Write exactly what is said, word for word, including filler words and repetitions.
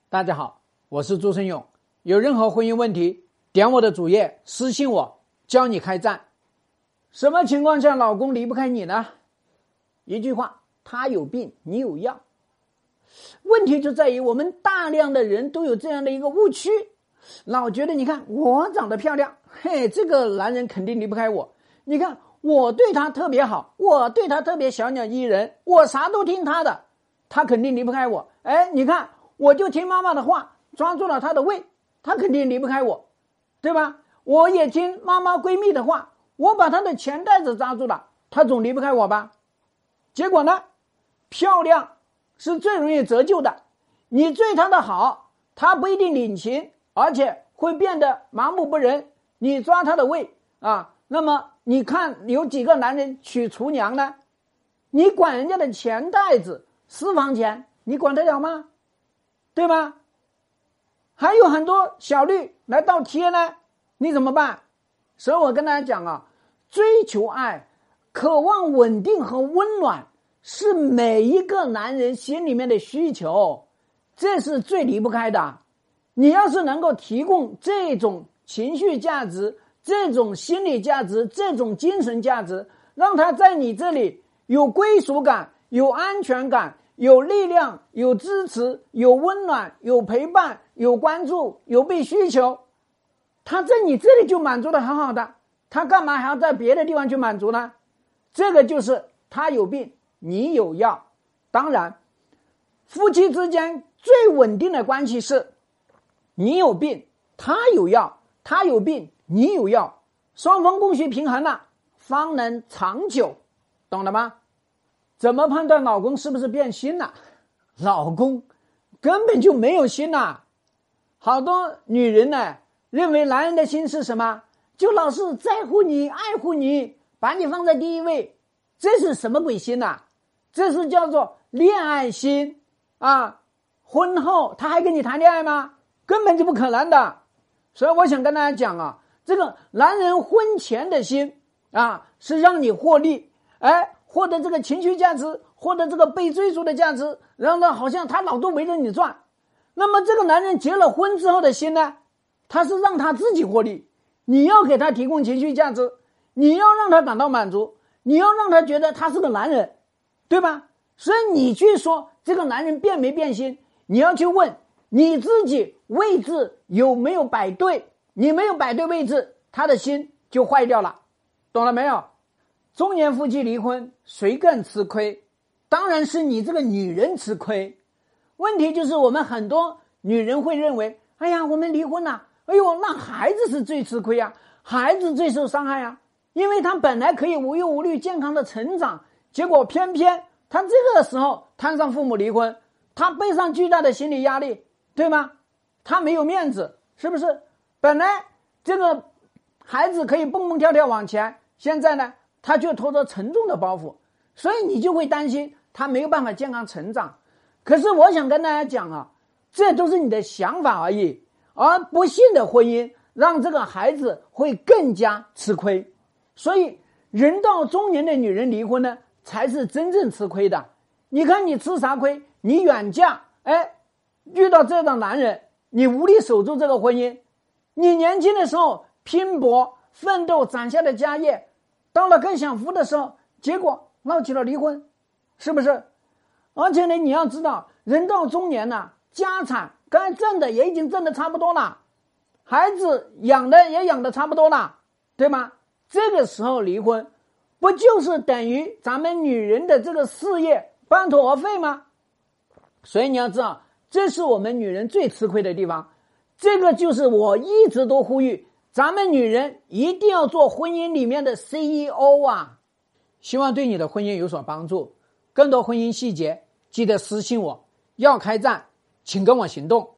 大家好，我是朱生勇。有任何婚姻问题，点我的主页私信我，教你开战。什么情况下老公离不开你呢？一句话，他有病，你有药。问题就在于我们大量的人都有这样的一个误区，老觉得你看我长得漂亮，嘿，这个男人肯定离不开我。你看我对他特别好，我对他特别小鸟依人，我啥都听他的，他肯定离不开我。哎，你看我就听妈妈的话，抓住了她的胃，她肯定离不开我，对吧？我也听妈妈闺蜜的话，我把她的钱袋子抓住了，她总离不开我吧？结果呢，漂亮是最容易折旧的，你对她的好，她不一定领情，而且会变得麻木不仁。你抓她的胃啊，那么你看有几个男人娶厨娘呢？你管人家的钱袋子、私房钱，你管得了吗？对吧？还有很多小绿来倒贴呢，你怎么办？所以我跟大家讲啊，追求爱，渴望稳定和温暖，是每一个男人心里面的需求，这是最离不开的。你要是能够提供这种情绪价值、这种心理价值、这种精神价值，让他在你这里有归属感、有安全感、有力量、有支持、有温暖、有陪伴、有关注、有被需求，他在你这里就满足的很好的，他干嘛还要在别的地方去满足呢？这个就是他有病，你有药。当然，夫妻之间最稳定的关系是你有病，他有药，他有病，你有药，双方供需平衡了，方能长久，懂了吗？怎么判断老公是不是变心了？老公根本就没有心了。好多女人呢，认为男人的心是什么？就老是在乎你、爱护你，把你放在第一位。这是什么鬼心啊？这是叫做恋爱心啊！婚后他还跟你谈恋爱吗？根本就不可能的。所以我想跟大家讲啊，这个男人婚前的心啊，是让你获利，哎，获得这个情绪价值，获得这个被追逐的价值，然后好像他老都围着你转。那么这个男人结了婚之后的心呢，他是让他自己获利，你要给他提供情绪价值，你要让他感到满足，你要让他觉得他是个男人，对吧？所以你去说这个男人变没变心，你要去问你自己位置有没有摆对，你没有摆对位置，他的心就坏掉了，懂了没有？中年夫妻离婚，谁更吃亏？当然是你这个女人吃亏。问题就是我们很多女人会认为，哎呀，我们离婚了，哎呦，那孩子是最吃亏啊，孩子最受伤害啊，因为他本来可以无忧无虑健康的成长，结果偏偏他这个时候摊上父母离婚，他背上巨大的心理压力，对吗？他没有面子，是不是？本来这个孩子可以蹦蹦跳跳往前，现在呢他就拖着沉重的包袱，所以你就会担心他没有办法健康成长。可是我想跟大家讲啊，这都是你的想法而已，而不幸的婚姻让这个孩子会更加吃亏。所以人到中年的女人离婚呢，才是真正吃亏的。你看你吃啥亏？你远嫁，哎，遇到这种男人，你无力守住这个婚姻。你年轻的时候拼搏奋斗攒下的家业，到了更享福的时候，结果闹起了离婚，是不是？而且呢，你要知道，人到中年了，家产该挣的也已经挣得差不多了，孩子养的也养得差不多了，对吗？这个时候离婚，不就是等于咱们女人的这个事业半途而废吗？所以你要知道，这是我们女人最吃亏的地方。这个就是我一直都呼吁，咱们女人一定要做婚姻里面的 C E O 啊！希望对你的婚姻有所帮助。更多婚姻细节，记得私信我。要开战，请跟我行动。